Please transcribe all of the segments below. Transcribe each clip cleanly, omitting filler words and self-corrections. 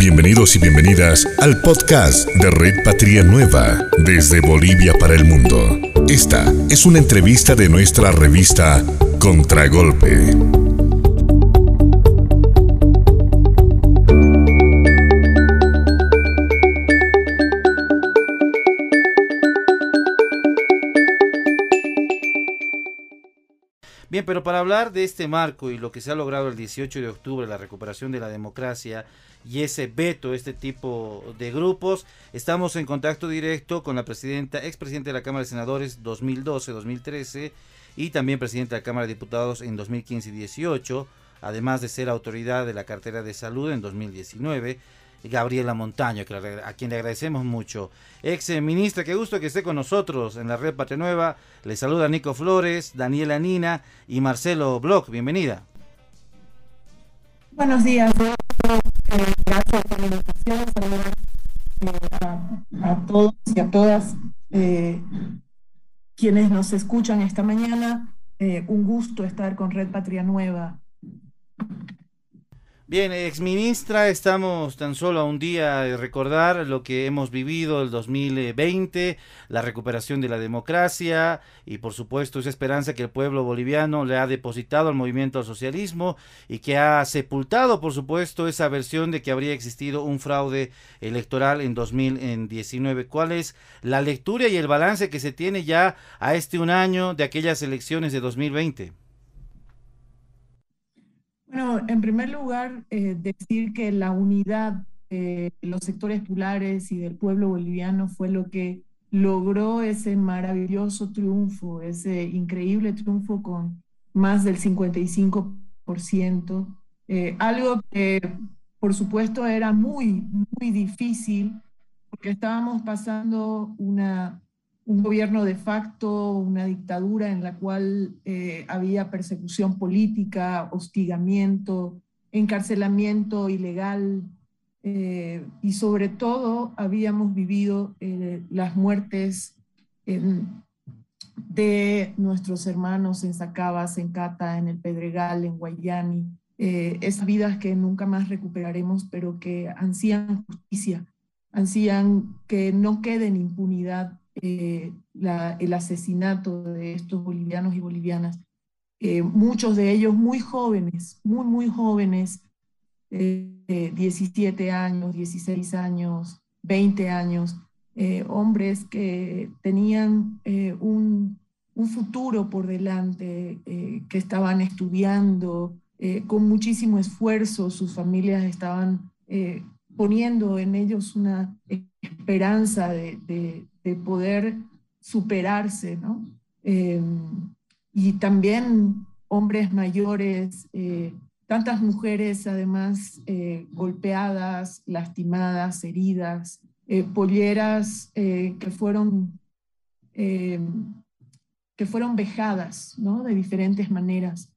Bienvenidos y bienvenidas al podcast de Red Patria Nueva, desde Bolivia para el mundo. Esta es una entrevista de nuestra revista Contragolpe. Bien, pero para hablar de este marco y lo que se ha logrado el 18 de octubre, la recuperación de la democracia y ese veto, este tipo de grupos, estamos en contacto directo con la expresidenta de la Cámara de Senadores 2012-2013 y también presidenta de la Cámara de Diputados en 2015 y 18, además de ser autoridad de la cartera de salud en 2019. Gabriela Montaño, a quien le agradecemos mucho. Ex ministra, qué gusto que esté con nosotros en la Red Patria Nueva. Le saluda Nico Flores, Daniela Nina y Marcelo Bloch. Bienvenida. Buenos días. Gracias por la invitación. Saludar a todos y a todas quienes nos escuchan esta mañana. Un gusto estar con Red Patria Nueva. Bien, exministra, estamos tan solo a un día de recordar lo que hemos vivido el 2020, la recuperación de la democracia y por supuesto esa esperanza que el pueblo boliviano le ha depositado al movimiento al socialismo y que ha sepultado por supuesto esa versión de que habría existido un fraude electoral en 2019. ¿Cuál es la lectura y el balance que se tiene ya a un año de aquellas elecciones de 2020? Bueno, en primer lugar, decir que la unidad de los sectores populares y del pueblo boliviano fue lo que logró ese maravilloso triunfo, ese increíble triunfo con más del 55%, algo que por supuesto era muy difícil porque estábamos pasando un gobierno de facto, una dictadura en la cual había persecución política, hostigamiento, encarcelamiento ilegal, y sobre todo habíamos vivido las muertes de nuestros hermanos en Sacabas, en Cata, en el Pedregal, en Guayani, esas vidas que nunca más recuperaremos, pero que ansían justicia, ansían que no quede en impunidad el asesinato de estos bolivianos y bolivianas, muchos de ellos muy jóvenes, muy jóvenes, 17 años, 16 años, 20 años, hombres que tenían un futuro por delante, que estaban estudiando con muchísimo esfuerzo, sus familias estaban poniendo en ellos una esperanza de poder superarse, ¿no? Y también hombres mayores, tantas mujeres además golpeadas, lastimadas, heridas, polleras que fueron vejadas, ¿no? De diferentes maneras.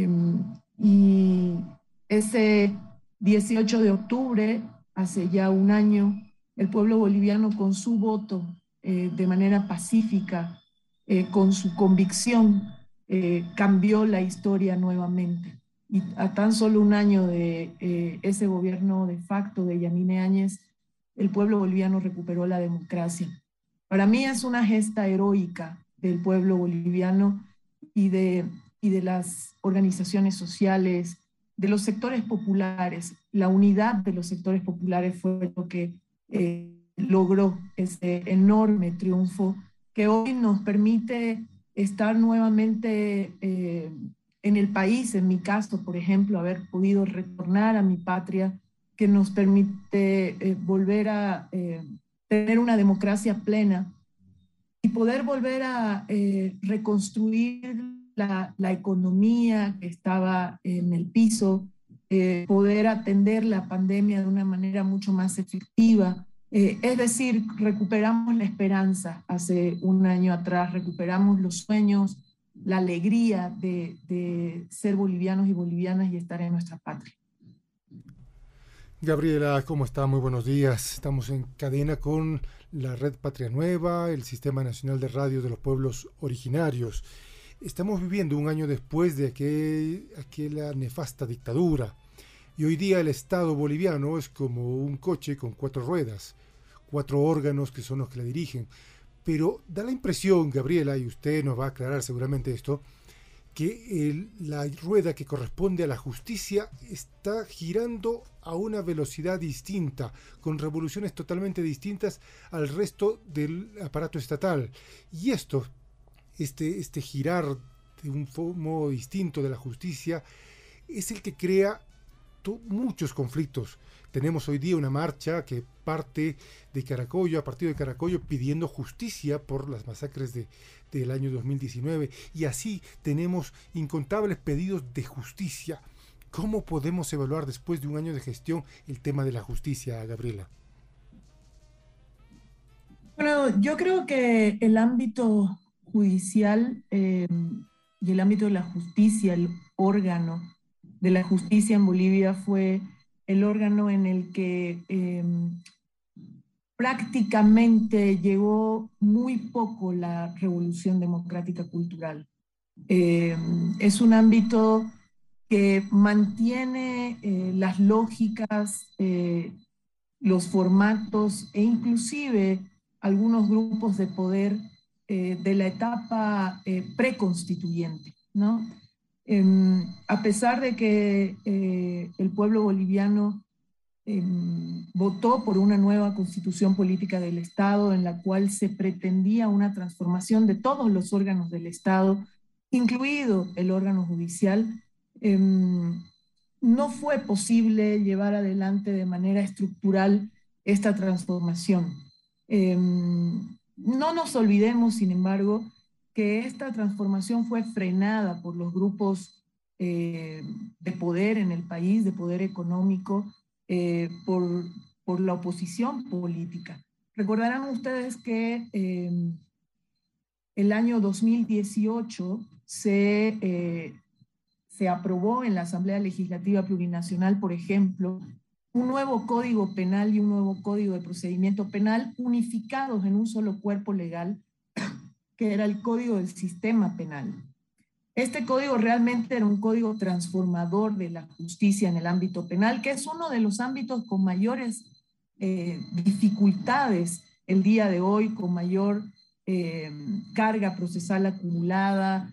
Y ese 18 de octubre, hace ya un año, el pueblo boliviano con su voto, de manera pacífica, con su convicción, cambió la historia nuevamente. Y a tan solo un año de ese gobierno de facto de Yanine Áñez, el pueblo boliviano recuperó la democracia. Para mí es una gesta heroica del pueblo boliviano y de las organizaciones sociales, de los sectores populares. La unidad de los sectores populares fue lo que logró ese enorme triunfo que hoy nos permite estar nuevamente en el país. En mi caso, por ejemplo, haber podido retornar a mi patria, que nos permite volver a tener una democracia plena y poder volver a reconstruir la economía que estaba en el piso, poder atender la pandemia de una manera mucho más efectiva. Es decir, recuperamos la esperanza hace un año atrás, recuperamos los sueños, la alegría de ser bolivianos y bolivianas y estar en nuestra patria. Gabriela, ¿cómo está? Muy buenos días. Estamos en cadena con la Red Patria Nueva, el Sistema Nacional de Radio de los Pueblos Originarios. Estamos viviendo un año después de aquella nefasta dictadura. Y hoy día el Estado boliviano es como un coche con 4 ruedas, 4 órganos que son los que la dirigen. Pero da la impresión, Gabriela, y usted nos va a aclarar seguramente esto, que la rueda que corresponde a la justicia está girando a una velocidad distinta, con revoluciones totalmente distintas al resto del aparato estatal. Y este girar de un modo distinto de la justicia es el que crea muchos conflictos. Tenemos hoy día una marcha que parte de Caracollo, a partir de Caracollo, pidiendo justicia por las masacres del año 2019, y así tenemos incontables pedidos de justicia. ¿Cómo podemos evaluar después de un año de gestión el tema de la justicia, Gabriela? Bueno, yo creo que el ámbito judicial y el ámbito de la justicia, el órgano de la justicia en Bolivia fue el órgano en el que prácticamente llegó muy poco la revolución democrática cultural. Es un ámbito que mantiene las lógicas, los formatos e inclusive algunos grupos de poder de la etapa preconstituyente, ¿no? A pesar de que el pueblo boliviano votó por una nueva constitución política del Estado en la cual se pretendía una transformación de todos los órganos del Estado, incluido el órgano judicial, no fue posible llevar adelante de manera estructural esta transformación. No nos olvidemos, sin embargo, que esta transformación fue frenada por los grupos de poder en el país, de poder económico, por la oposición política. Recordarán ustedes que el año 2018 se aprobó en la Asamblea Legislativa Plurinacional, por ejemplo, un nuevo código penal y un nuevo código de procedimiento penal unificados en un solo cuerpo legal, que era el Código del Sistema Penal. Este código realmente era un código transformador de la justicia en el ámbito penal, que es uno de los ámbitos con mayores dificultades el día de hoy, con mayor carga procesal acumulada,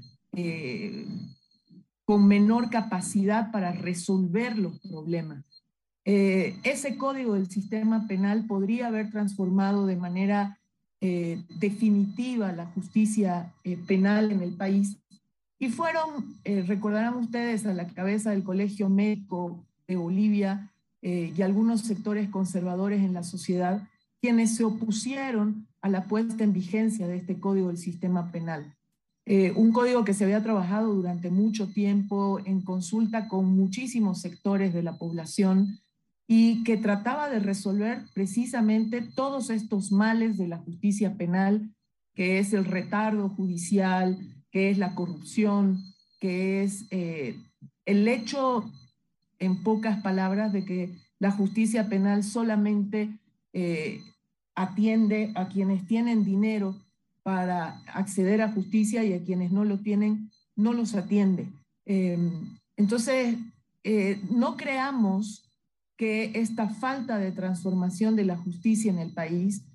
con menor capacidad para resolver los problemas. Ese código del sistema penal podría haber transformado de manera definitiva la justicia penal en el país, y fueron, recordarán ustedes, a la cabeza del Colegio Médico de Bolivia y algunos sectores conservadores en la sociedad quienes se opusieron a la puesta en vigencia de este código del sistema penal. Un código que se había trabajado durante mucho tiempo en consulta con muchísimos sectores de la población y que trataba de resolver precisamente todos estos males de la justicia penal, que es el retardo judicial, que es la corrupción, que es el hecho, en pocas palabras, de que la justicia penal solamente atiende a quienes tienen dinero para acceder a justicia y a quienes no lo tienen, no los atiende. Entonces, no creamos que esta falta de transformación de la justicia en el país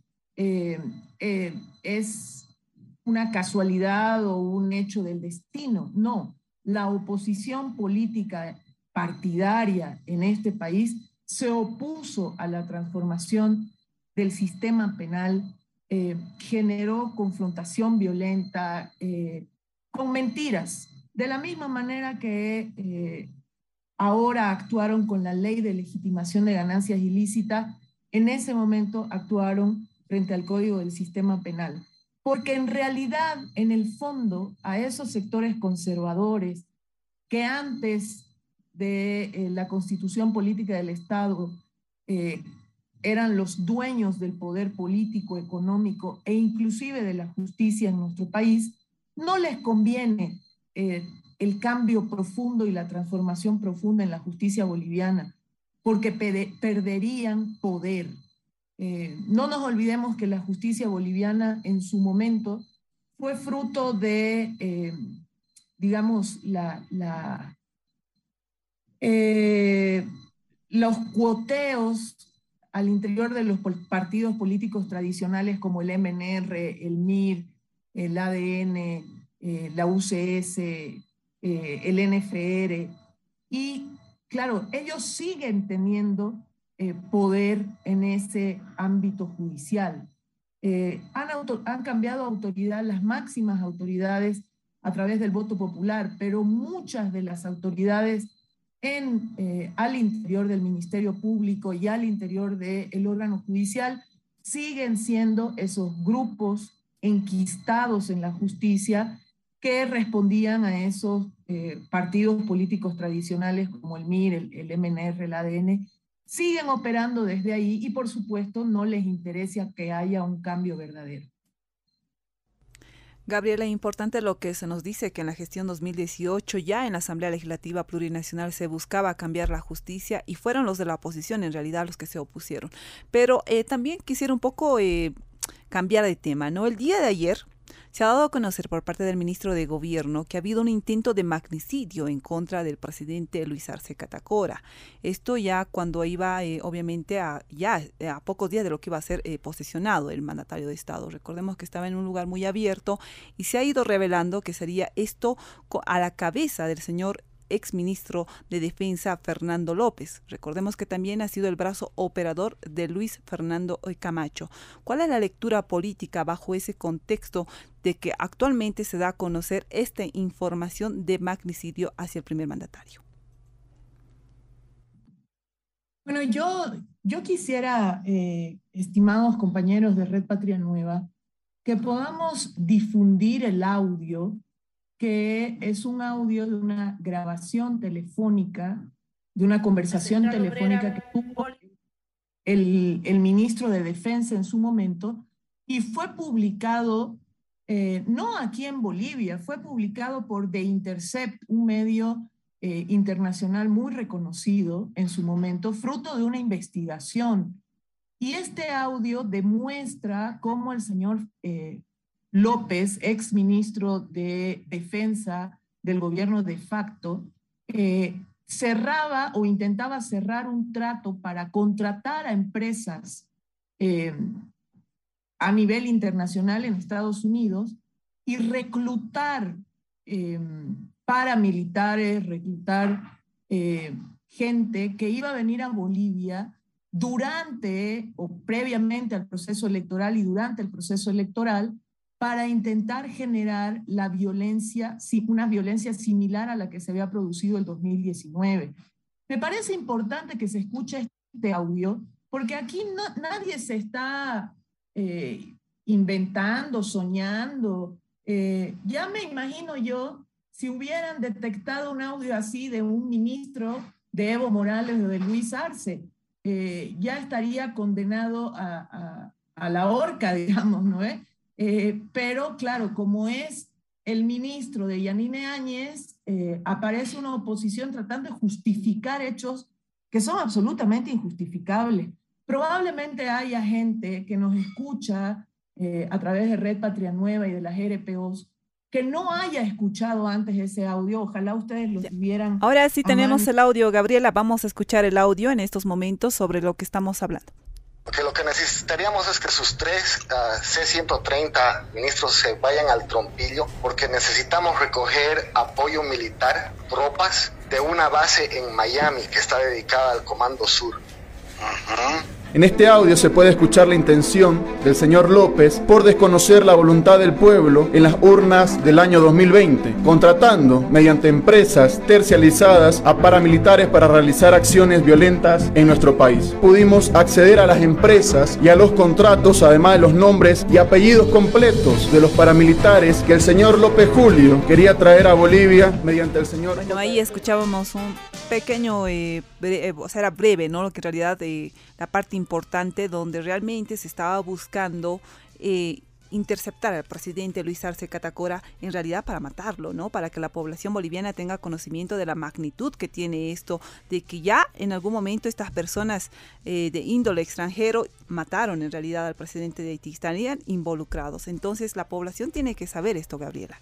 es una casualidad o un hecho del destino. No, la oposición política partidaria en este país se opuso a la transformación del sistema penal, generó confrontación violenta con mentiras, de la misma manera que ahora actuaron con la ley de legitimación de ganancias ilícitas, en ese momento actuaron frente al Código del Sistema Penal. Porque en realidad, en el fondo, a esos sectores conservadores que antes de la Constitución Política del Estado eran los dueños del poder político, económico e inclusive de la justicia en nuestro país, no les conviene el cambio profundo y la transformación profunda en la justicia boliviana, porque perderían poder. No nos olvidemos que la justicia boliviana en su momento fue fruto de, digamos, los cuoteos al interior de los partidos políticos tradicionales como el MNR, el MIR, el ADN, la UCS, el NFR. Y claro, ellos siguen teniendo poder en ese ámbito judicial. Han cambiado autoridad, las máximas autoridades a través del voto popular, pero muchas de las autoridades al interior del Ministerio Público y al interior del órgano judicial siguen siendo esos grupos enquistados en la justicia que respondían a esos partidos políticos tradicionales como el MIR, el MNR, el ADN, siguen operando desde ahí y por supuesto no les interesa que haya un cambio verdadero. Gabriela, importante lo que se nos dice que en la gestión 2018 ya en la Asamblea Legislativa Plurinacional se buscaba cambiar la justicia y fueron los de la oposición en realidad los que se opusieron. Pero también quisiera un poco cambiar de tema, ¿no? El día de ayer se ha dado a conocer por parte del ministro de Gobierno que ha habido un intento de magnicidio en contra del presidente Luis Arce Catacora. Esto ya cuando iba, obviamente, a pocos días de lo que iba a ser posesionado el mandatario de Estado. Recordemos que estaba en un lugar muy abierto y se ha ido revelando que sería esto a la cabeza del señor exministro de Defensa Fernando López. Recordemos que también ha sido el brazo operador de Luis Fernando Camacho. ¿Cuál es la lectura política bajo ese contexto de que actualmente se da a conocer esta información de magnicidio hacia el primer mandatario? Bueno, yo quisiera, estimados compañeros de Red Patria Nueva, que podamos difundir el audio, que es un audio de una grabación telefónica, de una conversación telefónica que tuvo el ministro de Defensa en su momento, y fue publicado, no aquí en Bolivia, fue publicado por The Intercept, un medio internacional muy reconocido en su momento, fruto de una investigación. Y este audio demuestra cómo el señor López, ex ministro de Defensa del gobierno de facto, cerraba o intentaba cerrar un trato para contratar a empresas a nivel internacional en Estados Unidos y reclutar paramilitares, reclutar gente que iba a venir a Bolivia durante o previamente al proceso electoral y durante el proceso electoral para intentar generar la violencia, una violencia similar a la que se había producido el 2019. Me parece importante que se escuche este audio, porque aquí nadie se está inventando, soñando. Ya me imagino yo, si hubieran detectado un audio así de un ministro de Evo Morales o de Luis Arce, ya estaría condenado a la horca, digamos, ¿no? Pero claro, como es el ministro de Yanine Áñez, aparece una oposición tratando de justificar hechos que son absolutamente injustificables. Probablemente haya gente que nos escucha a través de Red Patria Nueva y de las RPOs que no haya escuchado antes ese audio. Ojalá ustedes lo tuvieran. Ahora sí tenemos el audio, Gabriela. Vamos a escuchar el audio en estos momentos sobre lo que estamos hablando. Porque lo que necesitaríamos es que sus 3 C-130 ministros se vayan al trompillo, porque necesitamos recoger apoyo militar, tropas de una base en Miami que está dedicada al Comando Sur. En este audio se puede escuchar la intención del señor López por desconocer la voluntad del pueblo en las urnas del año 2020, contratando mediante empresas tercializadas a paramilitares para realizar acciones violentas en nuestro país. Pudimos acceder a las empresas y a los contratos, además de los nombres y apellidos completos de los paramilitares que el señor López Julio quería traer a Bolivia mediante el señor... Bueno, ahí escuchábamos un pequeño, o sea, era breve, ¿no? Lo que en realidad la parte importante donde realmente se estaba buscando interceptar al presidente Luis Arce Catacora, en realidad para matarlo, ¿no? Para que la población boliviana tenga conocimiento de la magnitud que tiene esto, de que ya en algún momento estas personas de índole extranjero mataron en realidad al presidente de Haití, estarían involucrados. Entonces la población tiene que saber esto, Gabriela.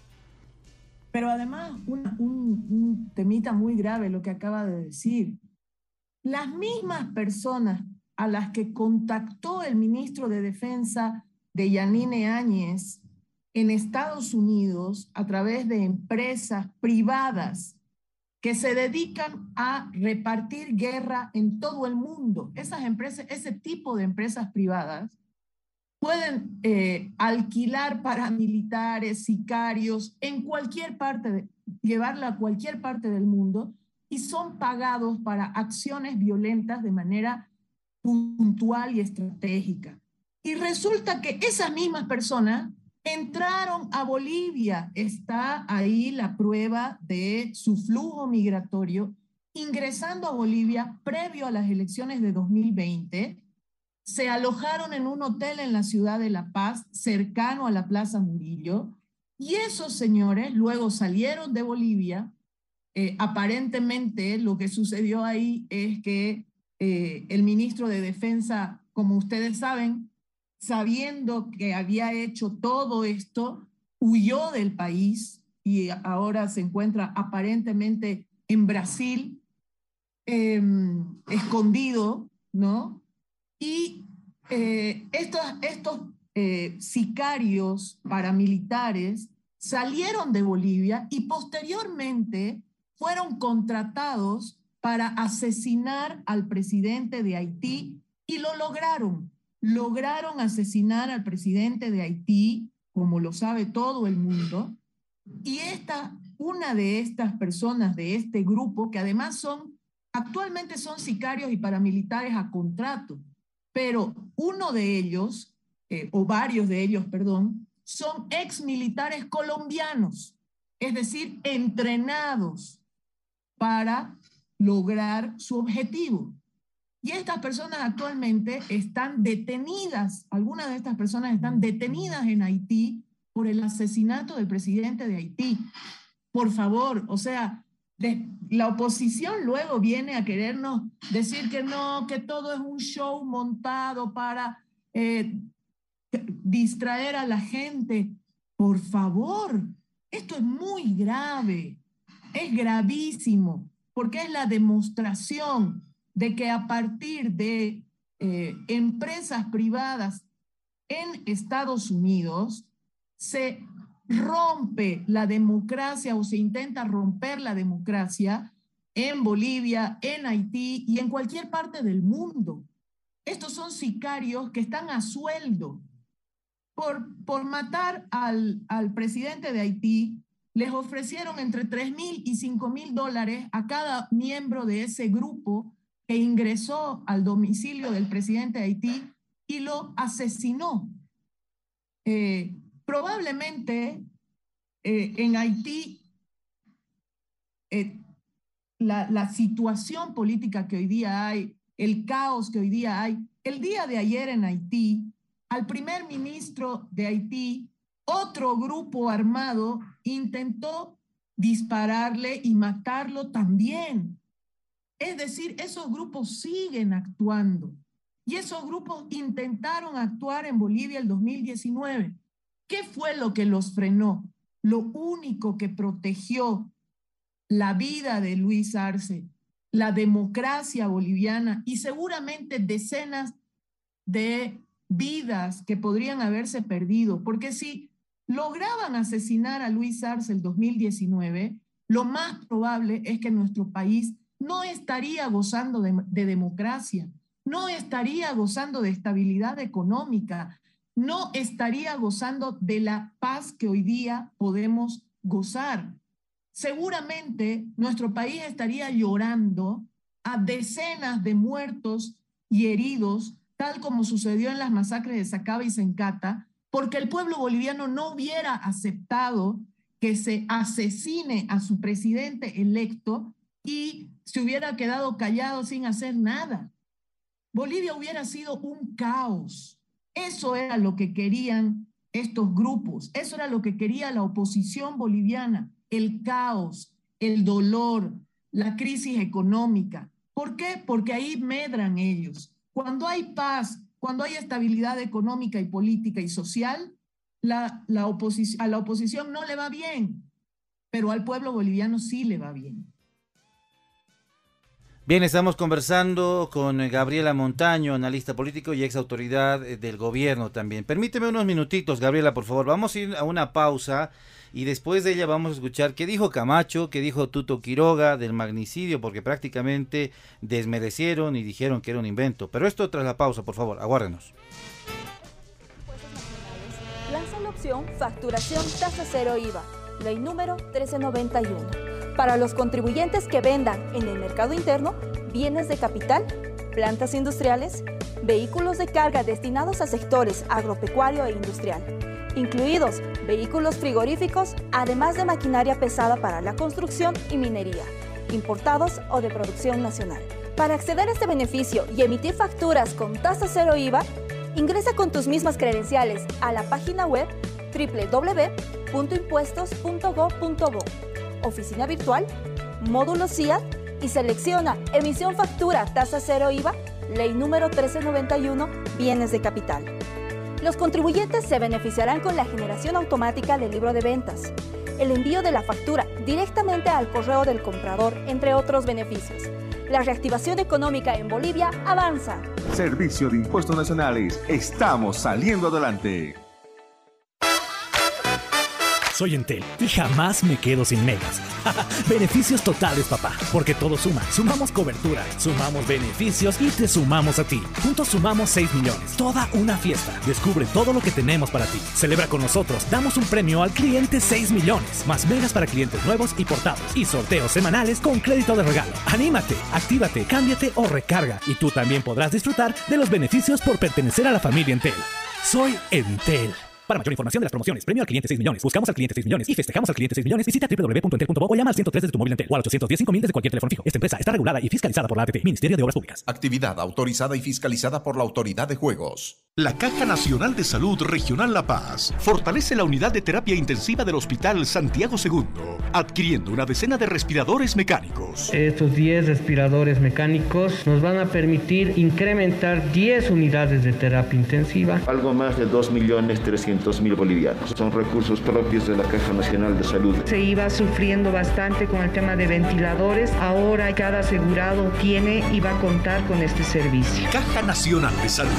Pero además, un temita muy grave lo que acaba de decir. las mismas personas a las que contactó el ministro de Defensa de Yanine Áñez en Estados Unidos a través de empresas privadas que se dedican a repartir guerra en todo el mundo. Esas empresas, ese tipo de empresas privadas, pueden alquilar paramilitares, sicarios, en cualquier parte, llevarla a cualquier parte del mundo, y son pagados para acciones violentas de manera puntual y estratégica. Y resulta que esas mismas personas entraron a Bolivia. Está ahí la prueba de su flujo migratorio, ingresando a Bolivia previo a las elecciones de 2020, se alojaron en un hotel en la ciudad de La Paz, cercano a la Plaza Murillo, y esos señores luego salieron de Bolivia. Aparentemente lo que sucedió ahí es que el ministro de Defensa, como ustedes saben, sabiendo que había hecho todo esto, huyó del país y ahora se encuentra aparentemente en Brasil, escondido, ¿no? Y estos sicarios paramilitares salieron de Bolivia y posteriormente fueron contratados para asesinar al presidente de Haití, y lo lograron. Lograron asesinar al presidente de Haití, como lo sabe todo el mundo, y una de estas personas de este grupo, que además actualmente son sicarios y paramilitares a contrato, pero uno de ellos, o varios de ellos, perdón, son ex militares colombianos, es decir, entrenados para lograr su objetivo. Y estas personas actualmente están detenidas, algunas de estas personas están detenidas en Haití por el asesinato del presidente de Haití. Por favor, o sea, la oposición luego viene a querernos decir que no, que todo es un show montado para distraer a la gente. Por favor, esto es muy grave, es gravísimo, porque es la demostración de que a partir de empresas privadas en Estados Unidos se rompe la democracia, o se intenta romper la democracia en Bolivia, en Haití y en cualquier parte del mundo. Estos son sicarios que están a sueldo. Por matar al presidente de Haití, les ofrecieron entre $3,000 y $5,000 a cada miembro de ese grupo que ingresó al domicilio del presidente de Haití y lo asesinó. Probablemente en Haití la situación política que hoy día hay, el caos que hoy día hay, el día de ayer en Haití, al primer ministro de Haití, otro grupo armado intentó dispararle y matarlo también. Es decir, esos grupos siguen actuando. Y esos grupos intentaron actuar en Bolivia el 2019. ¿Qué fue lo que los frenó? Lo único que protegió la vida de Luis Arce, la democracia boliviana y seguramente decenas de vidas que podrían haberse perdido, porque si lograban asesinar a Luis Arce el 2019, lo más probable es que nuestro país no estaría gozando de democracia, no estaría gozando de estabilidad económica, no estaría gozando de la paz que hoy día podemos gozar. Seguramente nuestro país estaría llorando a decenas de muertos y heridos, tal como sucedió en las masacres de Sacaba y Sencata, porque el pueblo boliviano no hubiera aceptado que se asesine a su presidente electo y se hubiera quedado callado sin hacer nada. Bolivia hubiera sido un caos. Eso era lo que querían estos grupos, eso era lo que quería la oposición boliviana, el caos, el dolor, la crisis económica. ¿Por qué? Porque ahí medran ellos. Cuando hay paz, cuando hay estabilidad económica y política y social, a la oposición no le va bien, pero al pueblo boliviano sí le va bien. Bien, estamos conversando con Gabriela Montaño, analista político y ex autoridad del gobierno también. Permíteme unos minutitos, Gabriela, por favor. Vamos a ir a una pausa y después de ella vamos a escuchar qué dijo Camacho, qué dijo Tuto Quiroga del magnicidio, porque prácticamente desmerecieron y dijeron que era un invento. Pero esto tras la pausa, por favor, aguárdenos. Lanza la opción Facturación Tasa Cero IVA, ley número 1391. Para los contribuyentes que vendan en el mercado interno bienes de capital, plantas industriales, vehículos de carga destinados a sectores agropecuario e industrial, incluidos vehículos frigoríficos, además de maquinaria pesada para la construcción y minería, importados o de producción nacional. Para acceder a este beneficio y emitir facturas con tasa cero IVA, ingresa con tus mismas credenciales a la página web www.impuestos.gov.bo, oficina virtual, módulo CIAD y selecciona emisión factura tasa cero IVA, ley número 1391, bienes de capital. Los contribuyentes se beneficiarán con la generación automática del libro de ventas, el envío de la factura directamente al correo del comprador, entre otros beneficios. La reactivación económica en Bolivia avanza. Servicio de Impuestos Nacionales. Estamos saliendo adelante. Soy Entel y jamás me quedo sin megas. Beneficios totales, papá, porque todo suma. Sumamos cobertura, sumamos beneficios y te sumamos a ti. Juntos sumamos 6 millones. Toda una fiesta. Descubre todo lo que tenemos para ti. Celebra con nosotros. Damos un premio al cliente 6 millones. Más megas para clientes nuevos y portados. Y sorteos semanales con crédito de regalo. Anímate, actívate, cámbiate o recarga. Y tú también podrás disfrutar de los beneficios por pertenecer a la familia Entel. Soy Entel. Para mayor información de las promociones, premio al cliente 6 millones, buscamos al cliente 6 millones y festejamos al cliente 6 millones, visita www.entel.bo o llama al 103 desde tu móvil Entel o al 810-5000 desde cualquier teléfono fijo. Esta empresa está regulada y fiscalizada por la ATT, Ministerio de Obras Públicas. Actividad autorizada y fiscalizada por la Autoridad de Juegos. La Caja Nacional de Salud Regional La Paz fortalece la unidad de terapia intensiva del Hospital Santiago II, adquiriendo una decena de respiradores mecánicos. Estos 10 respiradores mecánicos nos van a permitir incrementar 10 unidades de terapia intensiva. Algo más de 2.300.000 bolivianos. Son recursos propios de la Caja Nacional de Salud. Se iba sufriendo bastante con el tema de ventiladores. Ahora cada asegurado tiene y va a contar con este servicio. Caja Nacional de Salud.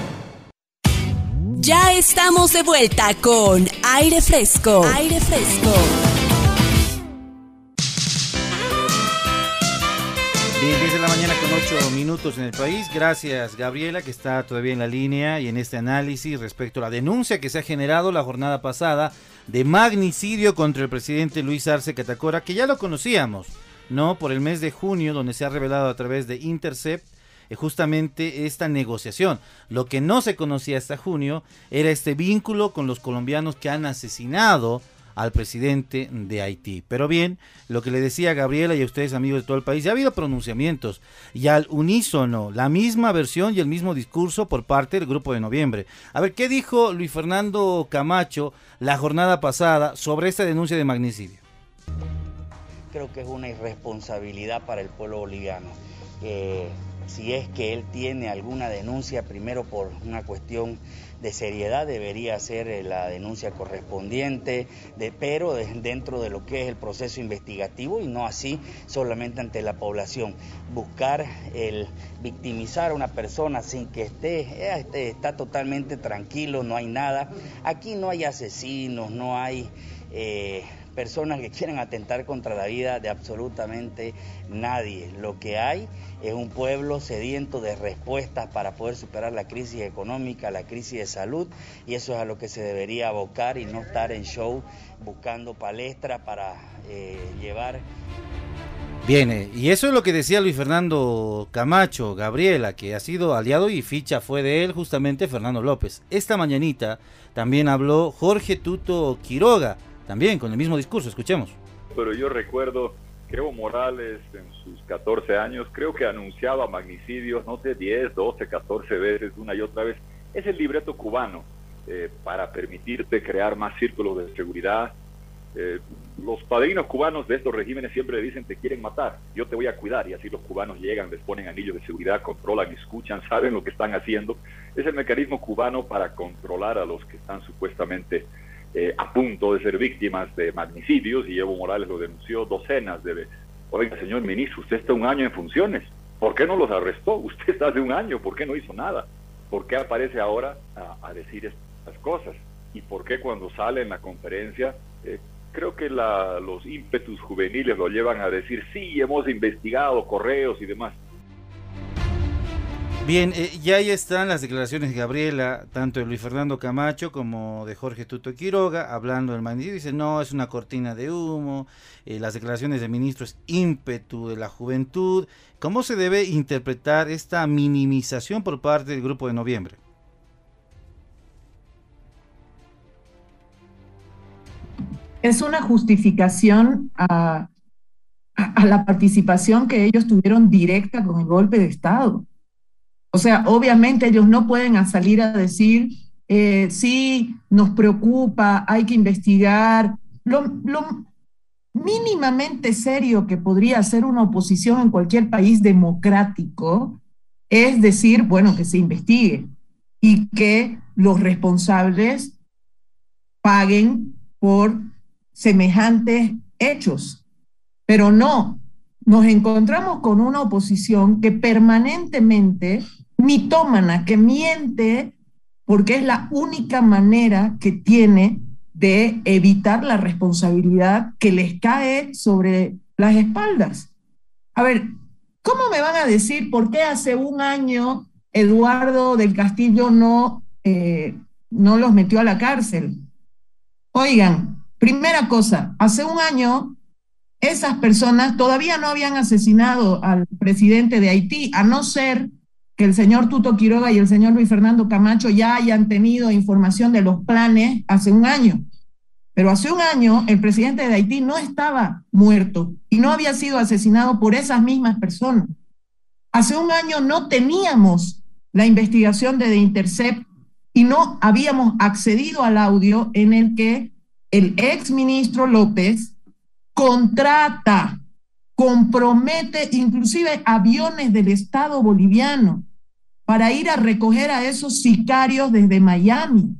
Ya estamos de vuelta con Aire Fresco. Aire Fresco. Bien, 10 de la mañana con 8 minutos en el país. Gracias, Gabriela, que está todavía en la línea y en este análisis respecto a la denuncia que se ha generado la jornada pasada de magnicidio contra el presidente Luis Arce Catacora, que ya lo conocíamos, ¿no? Por el mes de junio, donde se ha revelado a través de Intercept justamente esta negociación. Lo que no se conocía hasta junio era este vínculo con los colombianos que han asesinado al presidente de Haití. Pero bien, lo que le decía a Gabriela y a ustedes, amigos de todo el país, ya ha habido pronunciamientos y al unísono, la misma versión y el mismo discurso por parte del Grupo de Noviembre. A ver, ¿qué dijo Luis Fernando Camacho la jornada pasada sobre esta denuncia de magnicidio? Creo que es una irresponsabilidad para el pueblo boliviano. Si es que él tiene alguna denuncia, primero por una cuestión de seriedad, debería ser la denuncia correspondiente, pero dentro de lo que es el proceso investigativo y no así solamente ante la población. Buscar el victimizar a una persona sin que está totalmente tranquilo, no hay nada. Aquí no hay asesinos, no hay personas que quieran atentar contra la vida de absolutamente nadie. Lo que hay es un pueblo sediento de respuestas para poder superar la crisis económica, la crisis de salud, y eso es a lo que se debería abocar y no estar en show buscando palestra para llevar. Bien, y eso es lo que decía Luis Fernando Camacho, Gabriela, que ha sido aliado y ficha fue de él justamente Fernando López. Esta mañanita también habló Jorge Tuto Quiroga, también con el mismo discurso, escuchemos. Pero yo recuerdo que Evo Morales en sus 14 años, creo que anunciaba magnicidios, no sé, 10, 12, 14 veces, una y otra vez. Es el libreto cubano para permitirte crear más círculos de seguridad. Los padrinos cubanos de estos regímenes siempre dicen: te quieren matar, yo te voy a cuidar, y así los cubanos llegan, les ponen anillos de seguridad, controlan, escuchan, saben lo que están haciendo. Es el mecanismo cubano para controlar a los que están supuestamente a punto de ser víctimas de magnicidios, y Evo Morales lo denunció docenas de veces. Oiga, señor ministro, usted está un año en funciones, ¿Por qué no los arrestó? Usted está hace un año, ¿por qué no hizo nada? ¿Por qué aparece ahora a decir estas cosas? ¿Y por qué cuando sale en la conferencia, creo que los ímpetus juveniles lo llevan a decir, sí, hemos investigado correos y demás? Bien, ya ahí están las declaraciones de Gabriela, tanto de Luis Fernando Camacho como de Jorge Tuto Quiroga, hablando del magnicidio. Dice, no, es una cortina de humo. Las declaraciones del ministro es ímpetu de la juventud. ¿Cómo se debe interpretar esta minimización por parte del Grupo de Noviembre? Es una justificación a la participación que ellos tuvieron directa con el golpe de Estado. O sea, obviamente ellos no pueden salir a decir, sí, nos preocupa, hay que investigar. Lo mínimamente serio que podría hacer una oposición en cualquier país democrático es decir, bueno, que se investigue y que los responsables paguen por semejantes hechos. Pero no, nos encontramos con una oposición que permanentemente, mitómana, que miente porque es la única manera que tiene de evitar la responsabilidad que les cae sobre las espaldas. A ver, ¿cómo me van a decir por qué hace un año Eduardo del Castillo no los metió a la cárcel? Oigan, primera cosa, hace un año esas personas todavía no habían asesinado al presidente de Haití, a no ser que el señor Tuto Quiroga y el señor Luis Fernando Camacho ya hayan tenido información de los planes hace un año. Pero hace un año el presidente de Haití no estaba muerto y no había sido asesinado por esas mismas personas. Hace un año no teníamos la investigación de The Intercept y no habíamos accedido al audio en el que el ex ministro López contrata, compromete inclusive aviones del Estado boliviano para ir a recoger a esos sicarios desde Miami.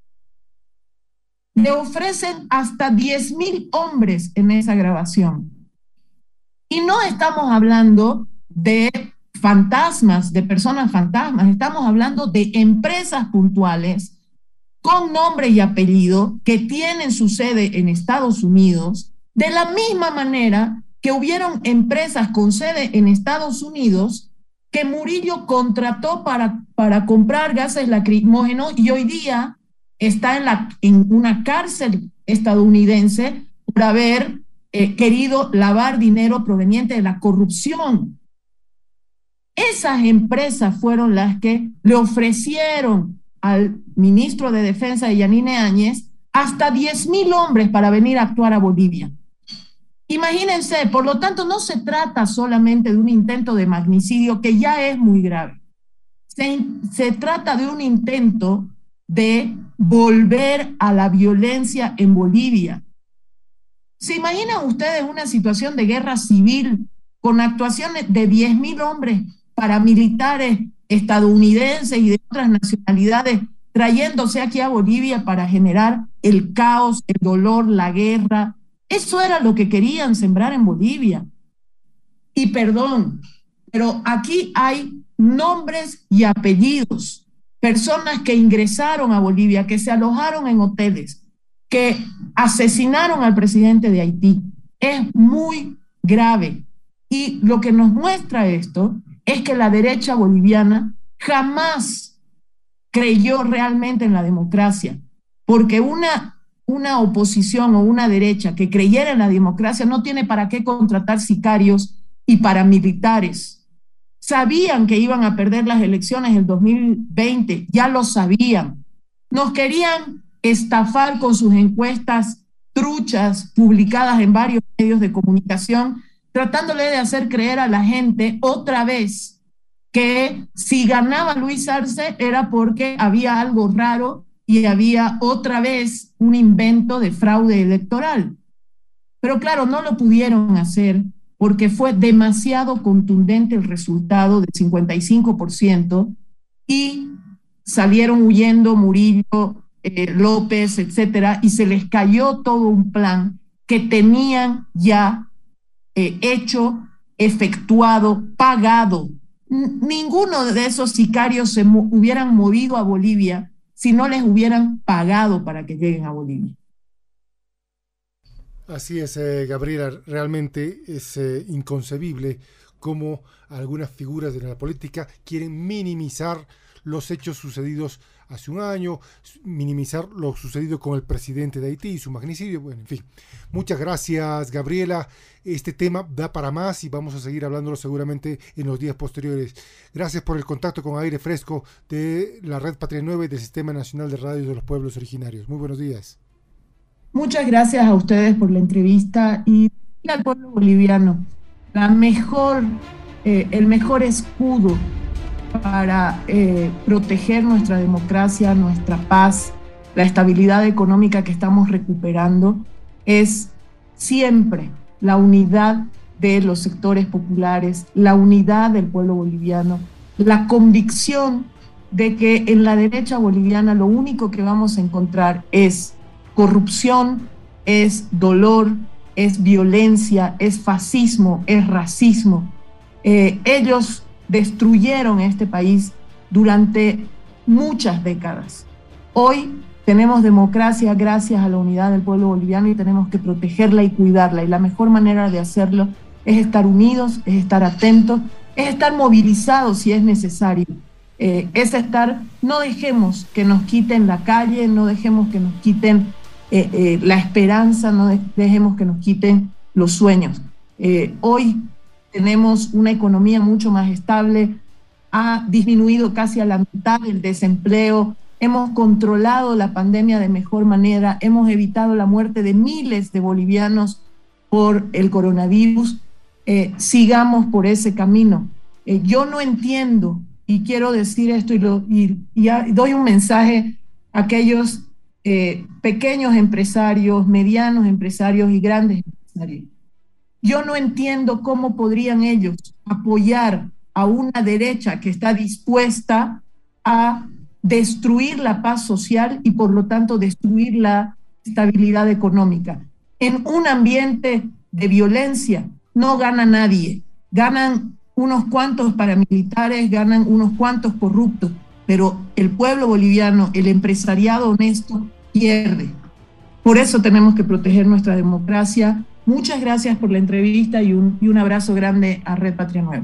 Le ofrecen hasta 10,000 hombres en esa grabación. Y no estamos hablando de fantasmas, de personas fantasmas, estamos hablando de empresas puntuales con nombre y apellido que tienen su sede en Estados Unidos, de la misma manera que hubieron empresas con sede en Estados Unidos que Murillo contrató para comprar gases lacrimógenos y hoy día está en una cárcel estadounidense por haber querido lavar dinero proveniente de la corrupción. Esas empresas fueron las que le ofrecieron al ministro de Defensa de Yanine Áñez hasta 10,000 hombres para venir a actuar a Bolivia. Imagínense, por lo tanto, no se trata solamente de un intento de magnicidio, que ya es muy grave. Se trata de un intento de volver a la violencia en Bolivia. ¿Se imaginan ustedes una situación de guerra civil con actuaciones de 10,000 hombres paramilitares estadounidenses y de otras nacionalidades trayéndose aquí a Bolivia para generar el caos, el dolor, la guerra? Eso era lo que querían sembrar en Bolivia. Y perdón, pero aquí hay nombres y apellidos, personas que ingresaron a Bolivia, que se alojaron en hoteles, que asesinaron al presidente de Haití. Es muy grave. Y lo que nos muestra esto es que la derecha boliviana jamás creyó realmente en la democracia, porque una oposición o una derecha que creyera en la democracia no tiene para qué contratar sicarios y paramilitares. Sabían que iban a perder las elecciones el 2020, ya lo sabían. Nos querían estafar con sus encuestas truchas publicadas en varios medios de comunicación, tratándole de hacer creer a la gente otra vez que si ganaba Luis Arce era porque había algo raro y había otra vez un invento de fraude electoral. Pero claro, no lo pudieron hacer porque fue demasiado contundente el resultado del 55% y salieron huyendo Murillo, López, etcétera, y se les cayó todo un plan que tenían ya hecho efectuado, pagado. Ninguno de esos sicarios se hubieran movido a Bolivia si no les hubieran pagado para que lleguen a Bolivia. Así es, Gabriela, realmente es inconcebible cómo algunas figuras de la política quieren minimizar los hechos sucedidos hace un año, minimizar lo sucedido con el presidente de Haití y su magnicidio. Bueno, en fin, muchas gracias, Gabriela. Este tema da para más y vamos a seguir hablándolo seguramente en los días posteriores. Gracias por el contacto con Aire Fresco de la Red Patria Nueva y del Sistema Nacional de Radios de los Pueblos Originarios. Muy buenos días. Muchas gracias a ustedes por la entrevista y al pueblo boliviano. El mejor escudo para proteger nuestra democracia, nuestra paz, la estabilidad económica que estamos recuperando, es siempre la unidad de los sectores populares, la unidad del pueblo boliviano, la convicción de que en la derecha boliviana lo único que vamos a encontrar es corrupción, es dolor, es violencia, es fascismo, es racismo. Ellos destruyeron este país durante muchas décadas. Hoy tenemos democracia gracias a la unidad del pueblo boliviano y tenemos que protegerla y cuidarla. Y la mejor manera de hacerlo es estar unidos, es estar atentos, es estar movilizados si es necesario. No dejemos que nos quiten la calle, no dejemos que nos quiten la esperanza, no dejemos que nos quiten los sueños. Hoy tenemos una economía mucho más estable, ha disminuido casi a la mitad el desempleo, hemos controlado la pandemia de mejor manera, hemos evitado la muerte de miles de bolivianos por el coronavirus. Sigamos por ese camino. Yo no entiendo, y quiero decir esto y doy un mensaje a aquellos pequeños empresarios, medianos empresarios y grandes empresarios. Yo no entiendo cómo podrían ellos apoyar a una derecha que está dispuesta a destruir la paz social y por lo tanto destruir la estabilidad económica. En un ambiente de violencia no gana nadie, ganan unos cuantos paramilitares, ganan unos cuantos corruptos, pero el pueblo boliviano, el empresariado honesto, pierde. Por eso tenemos que proteger nuestra democracia. Muchas gracias por la entrevista y un abrazo grande a Red Patria Nueva.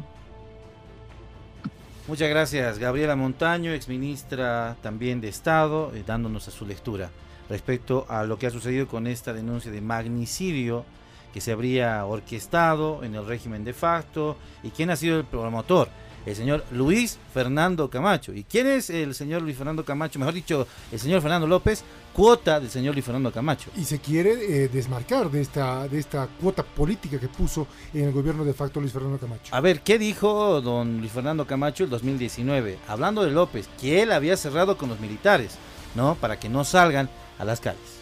Muchas gracias, Gabriela Montaño, exministra también de Estado, dándonos a su lectura respecto a lo que ha sucedido con esta denuncia de magnicidio que se habría orquestado en el régimen de facto y quién ha sido el promotor. El señor Luis Fernando Camacho. ¿Y quién es el señor Luis Fernando Camacho? Mejor dicho, el señor Fernando López, cuota del señor Luis Fernando Camacho. Y se quiere desmarcar de esta cuota política que puso en el gobierno de facto Luis Fernando Camacho. A ver, ¿qué dijo don Luis Fernando Camacho el 2019? Hablando de López, que él había cerrado con los militares, ¿no? Para que no salgan a las calles.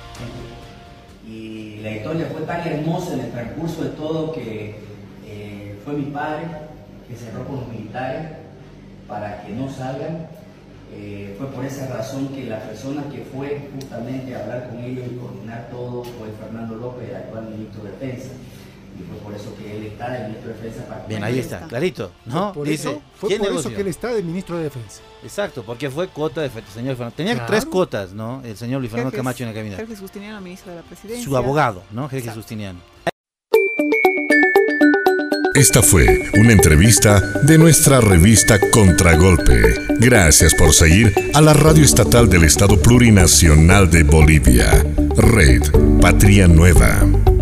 Y la historia fue tan hermosa en el transcurso de todo que fue mi padre que cerró con los militares para que no salgan. Fue por esa razón que la persona que fue justamente a hablar con ellos y coordinar todo fue Fernando López, el actual ministro de Defensa. Y fue por eso que él está de ministro de Defensa. Para bien, ahí está, clarito, ¿no? Fue por eso que él está de ministro de Defensa. Exacto, porque fue cuota de señor Fernando. Tenía 3 cuotas, ¿no? El señor Luis Fernando Camacho en el gabinete. Jorge Justiniano, ministro de la Presidencia. Su abogado, ¿no? Jorge Justiniano. Esta fue una entrevista de nuestra revista Contragolpe. Gracias por seguir a la radio estatal del Estado Plurinacional de Bolivia, Red Patria Nueva.